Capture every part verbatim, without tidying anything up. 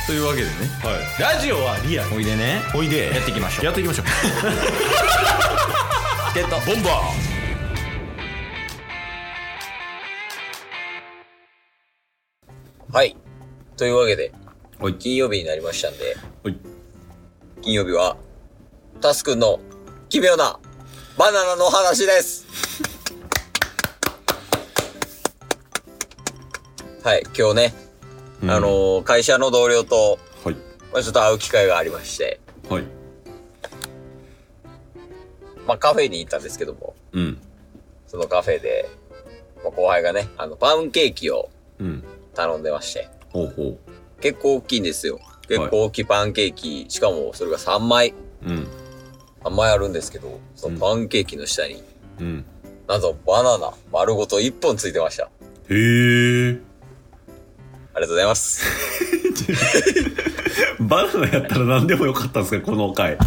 というわけでね、 はい、ラジオはリアル。 おいでね、 おいでやっていきましょう。 やっていきましょうゲットボンバー。はい、というわけでー。 金曜日になりましたんで、 はい、 金曜日はタスくんの奇妙なバナナの話です。はい、今日ね、うん、あのー、会社の同僚と、 はい、 まあ、ちょっと会う機会がありまして、 はい、 まあカフェに行ったんですけども、 うん、 そのカフェで、まあ、後輩がね、あのパンケーキを頼んでまして、 うん、ほうほう、 結構大きいんですよ。結構大きいパンケーキ、しかもそれがさんまい、 うん、 さんまいあるんですけど、そのパンケーキの下に、 うん、 なんとバナナ丸ごといっぽんついてました。 へー。 ありがとうございます。 バナナやったら何でもよかったんですか、この回。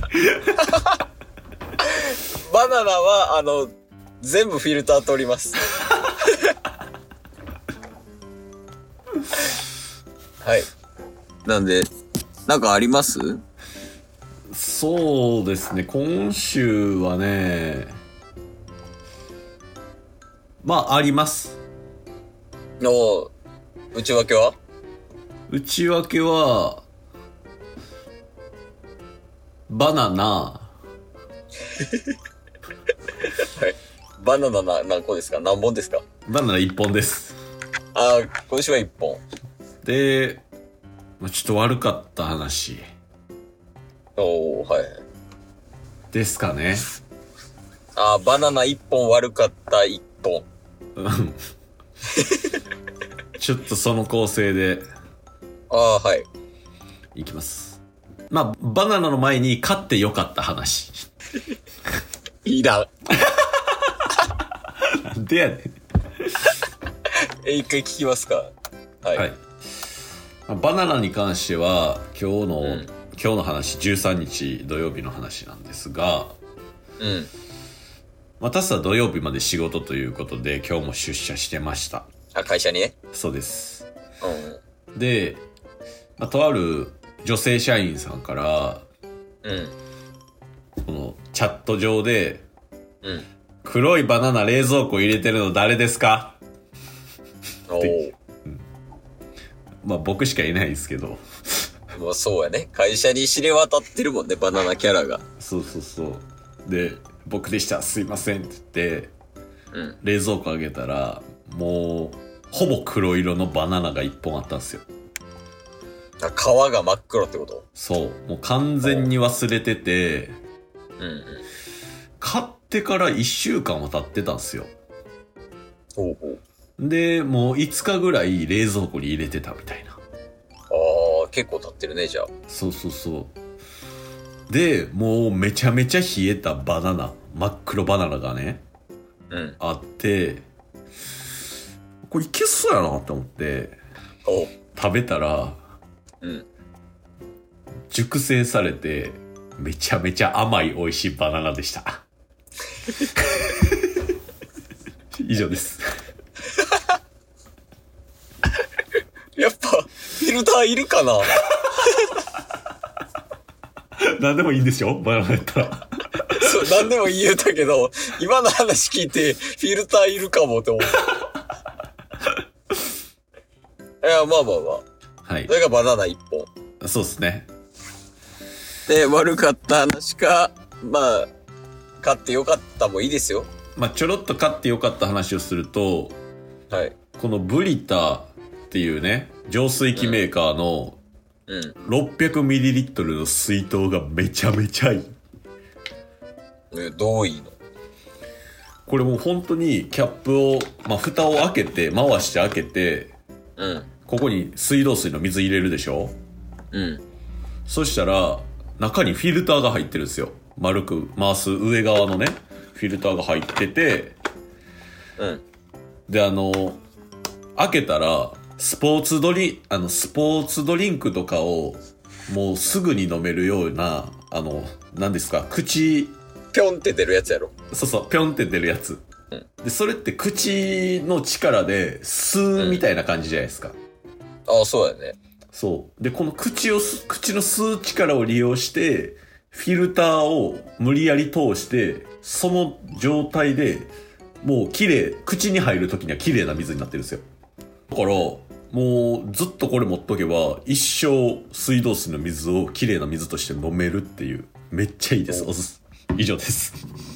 バナナは、あの、全部フィルター取ります。はい。なんで、なんかあります？ そうですね、今週はね、まあ、あります。 の、内訳は？ 内訳は、バナナ。はい。 バナナな何個ですか？何本ですか？ バナナいっぽんです。 ああ、今週はいっぽん。 で、まあ、ちょっと悪かった話。 おー、はい。 ですかね。 ああ、バナナいっぽん悪かったいっぽん。 ちょっとその構成で。 ああ、はい。 いきます。まあ、バナナの前に勝ってよかった話。 いいな。 なんでやねん。 え、一回聞きますか。はい。はい、 バナナに関しては、今日の、うん、今日の話、じゅうさんにち土曜日の話なんですが、 うん。 私は土曜日まで仕事ということで、今日も出社してました。 あ、会社にね。 そうです。 うん。 で、まあ、とある女性社員さんから、 うん。 このチャット上で、 うん。 黒いバナナ冷蔵庫入れてるの誰ですか？ おー。 うん、まあ僕しかいないですけど。 もうそうやね。会社に知れ渡ってるもんね、バナナキャラが。 そうそうそう。で、僕でした、すいませんって言って、 うん、 冷蔵庫開けたら、もう、ほぼ黒色のバナナがいっぽんあったんですよ。 あ、皮が真っ黒ってこと？ そう。もう完全に忘れてて、 うんうん。 買ってからいっしゅうかんは経ってたんですよ。 ほうほう。 で、もういつかぐらい冷蔵庫に入れてたみたいな。 ああ、結構経ってるね、じゃあ。 そうそうそう。で、もうめちゃめちゃ冷えたバナナ、真っ黒バナナがね、 うん、 あって、これいけそうやなって思って、 お食べたら、 うん、 熟成されて、めちゃめちゃ甘い美味しいバナナでした。以上です。 やっぱ、フィルターいるかな？ 何でもいいんですよ、バナナやったら。 そう、何でも言えたけど、今の話聞いて、フィルターいるかもって思った。いや、まあまあまあ。 はい。 それがバナナいっぽん。そうですね。 で、悪かった話か、まあ、買ってよかったもいいですよ。 まあ、ちょろっと買ってよかった話をすると、 はい。 このブリタっていうね、浄水器メーカーの、 うん。 ろっぴゃくミリリットルの水筒がめちゃめちゃいい。 え、どういいの？ これもう本当にキャップを、まあ、蓋を開けて、回して開けて、 うん。 ここに水道水の水入れるでしょ？ うん。 そしたら、中にフィルターが入ってるんですよ。丸く回す上側のね、フィルターが入ってて、 うん。 で、あの、開けたら、スポーツドリ、あの、スポーツドリンクとかを、もうすぐに飲めるような、あの、何ですか、口、 ぴょんって出るやつやろ。 そうそう、ぴょんって出るやつ。 うん、 で、それって口の力で吸うみたいな感じじゃないですか。 うん、ああ、そうやね。 そう。で、この口をす、口の吸う力を利用して、フィルターを無理やり通して、その状態で、もう綺麗、口に入るときには綺麗な水になってるんですよ。だから、もうずっとこれ持っとけば、一生水道水の水を綺麗な水として飲めるっていう。めっちゃいいです。おすす。以上です。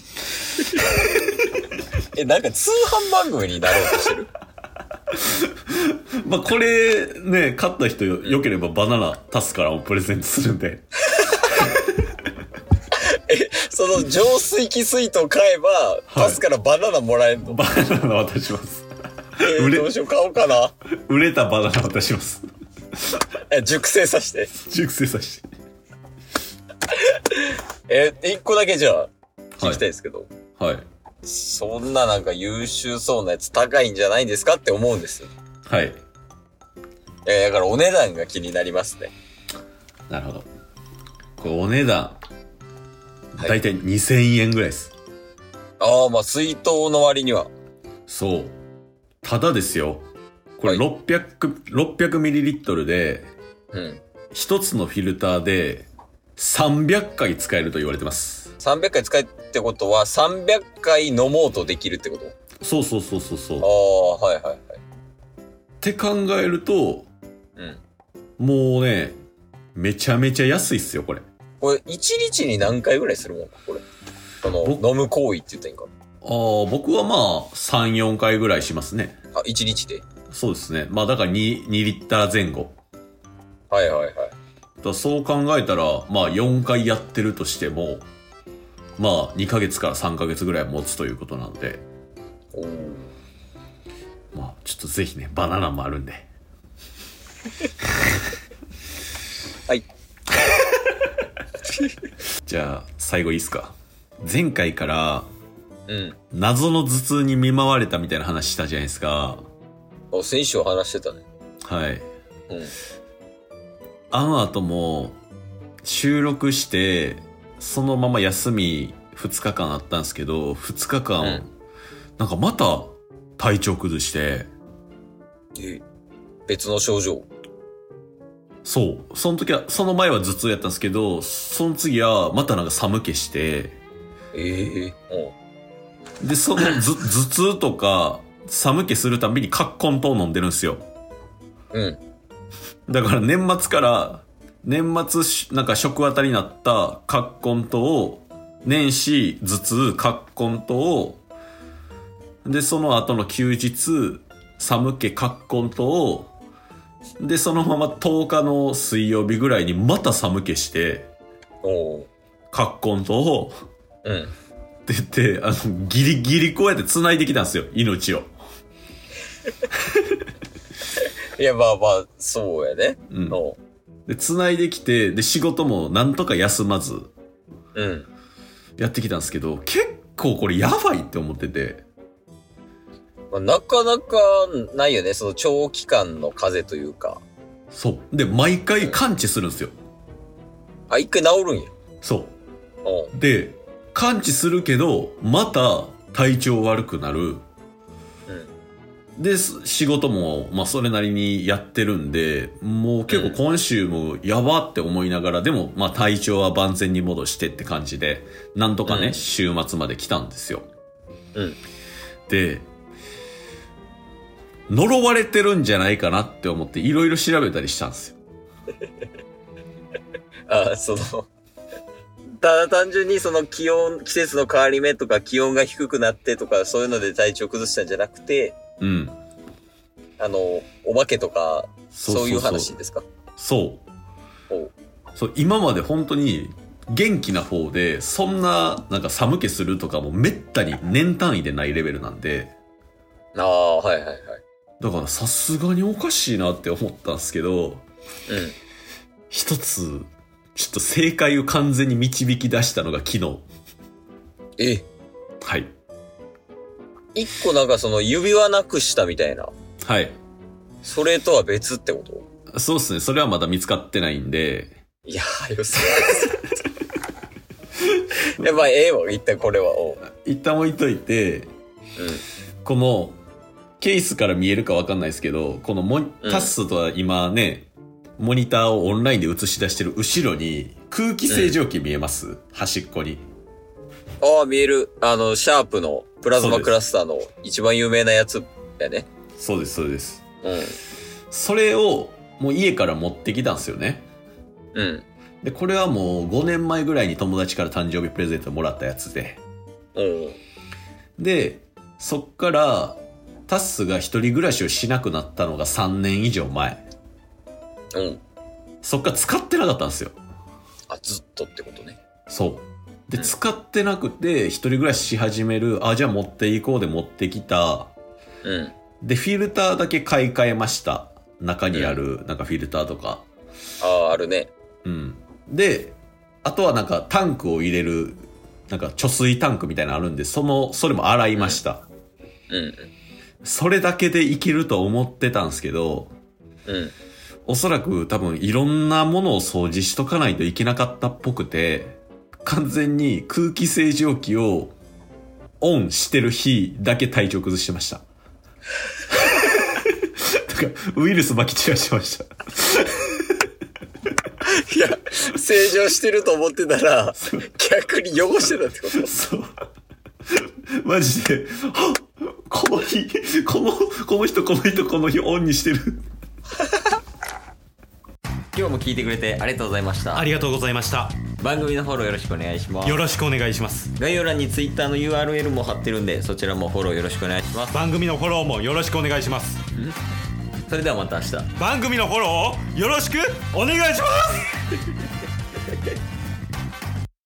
え、なんか通販番組になろうとしてるまあこれね、買った人よ、よければバナナタスからもプレゼントするんで。 え、その浄水器水筒買えば、はい、タスからバナナもらえるの？ バナナ渡します。 えー、どうしよう、買おうかな。 売れたバナナ渡します。 え、熟成させて。 熟成させて。 え、一個だけじゃあ、聞きたいですけど。 はい。はい、 そんななんか優秀そうなやつ高いんじゃないんですかって思うんですよ。 はい。 えー、だからお値段が気になりますね。 なるほど。これお値段、はい、だいたいにせんえんぐらいです。 ああ、まあ水筒の割には。 そう。ただですよ。これろっぴゃく、ろっぴゃくミリリットル で、うん。一つのフィルターでさんびゃっかい使えると言われてます。 さんびゃっかい使えってことはさんびゃっかい飲もうとできるってこと？ そうそうそうそうそう。 ああ、はいはいはい。 って考えると、うん。もうね、めちゃめちゃ安いっすよ、これ。 これ、いちにちに何回ぐらいするもんか、これ。その、飲む行為って言ったらいいんか。 ああ、僕はまあ、さん、よんかいぐらいしますね。 あ、いちにちで？ そうですね。まあ、だからに、にリッター前後。 はいはいはい。 だそう考えたら、まあ、よんかいやってるとしても、まあ、にかげつからさんかげつぐらい持つということなので。おー。まあ、ちょっとぜひね、バナナもあるんで。 はい。 じゃあ、最後いいっすか。前回から、 うん。 謎の頭痛に見舞われたみたいな話したじゃないですか。 あ、先週話してたね。 はい。うん。 あの後も、収録して、そのまま休みふつかかんあったんですけど、ふつかかん、うん、なんかまた体調崩して。 え、別の症状？ そう。その時は、その前は頭痛やったんですけど、その次はまたなんか寒気して。 ええー。で、その頭痛とか寒気するたびに葛根湯飲んでるんですよ。 うん。 だから年末から、年末なんか食当たりになった葛根湯、年始頭痛葛根湯、で、その後の休日、寒気葛根湯、で、そのままとおかの水曜日ぐらいにまた寒気して、 おー。 葛根と、 うん。 って言って、あの、ギリギリこうやって繋いできたんですよ、命を。 いや、まあまあ、そうやね。 うん。で、繋いできて、で、仕事もなんとか休まず、 うん。 やってきたんですけど、結構これやばいって思ってて。 まあ、なかなかないよね、その長期間の風邪というか。 そう。で、毎回完治するんですよ。 あ、一回治るんや。 そう。で、完治するけど、また体調悪くなる。うん。で、仕事も、まあそれなりにやってるんで、もう結構今週もやばって思いながら、うん、でもまあ体調は万全に戻してって感じで、なんとかね、うん、週末まで来たんですよ。うん。で、呪われてるんじゃないかなって思っていろいろ調べたりしたんですよ。 ああ、その、ただ単純にその気温、季節の変わり目とか気温が低くなってとかそういうので体調崩したんじゃなくて、 うん。 あの、お化けとか、そうそういう話ですか？ そう。おそう、今まで本当に元気な方で、そんななんか寒気するとかもめったに年単位でないレベルなんで。 ああ、はいはいはい。 だからさすがにおかしいなって思ったんですけど、うん。一つ、ちょっと正解を完全に導き出したのが昨日。 え？ はい。 一個なんかその指輪なくしたみたいな。 はい。 それとは別ってこと？ そうですね。それはまだ見つかってないんで。 いやー、よすぎ。やばい、ええわ、一旦これは。お一旦置いといて、うん、この、ケースから見えるかわかんないですけど、このモ、タッスとは今ね、 モニターをオンラインで映し出してる後ろに空気清浄機見えます、うん、端っこに。 ああ、見える。あの、シャープのプラズマクラスターの一番有名なやつやね。 そうです、そうです。 うん。 それをもう家から持ってきたんですよね。 うん。 で、これはもうごねんまえぐらいに友達から誕生日プレゼントもらったやつで。 うん。 で、そっから、タッスが一人暮らしをしなくなったのがさんねん以上前。 うん。 そっから使ってなかったんですよ。 あ、ずっとってことね。 そう。で、うん、使ってなくて、一人暮らしし始める、あ、じゃあ持っていこうで持ってきた。 うん。 で、フィルターだけ買い替えました。中にある、なんかフィルターとか。 ああ、あるね。 うん。で、あとはなんかタンクを入れる、なんか貯水タンクみたいなのあるんで、その、それも洗いました。 うん。うん、 それだけでいけると思ってたんですけど、 うん。 おそらく多分いろんなものを掃除しとかないといけなかったっぽくて、完全に空気清浄機をオンしてる日だけ体調崩してました。とか、ウイルス撒き散らしてました。 いや、清浄してると思ってたら、逆に汚してたってこと？ そう。マジで、この日、この、この人、この人、この日オンにしてる。 今日も聞いてくれてありがとうございました。 ありがとうございました。 番組のフォローよろしくお願いします。 よろしくお願いします。 概要欄に Twitter の ユーアールエル も貼ってるんで、そちらもフォローよろしくお願いします。 番組のフォローもよろしくお願いします。 それではまた明日。 番組のフォローをよろしくお願いします。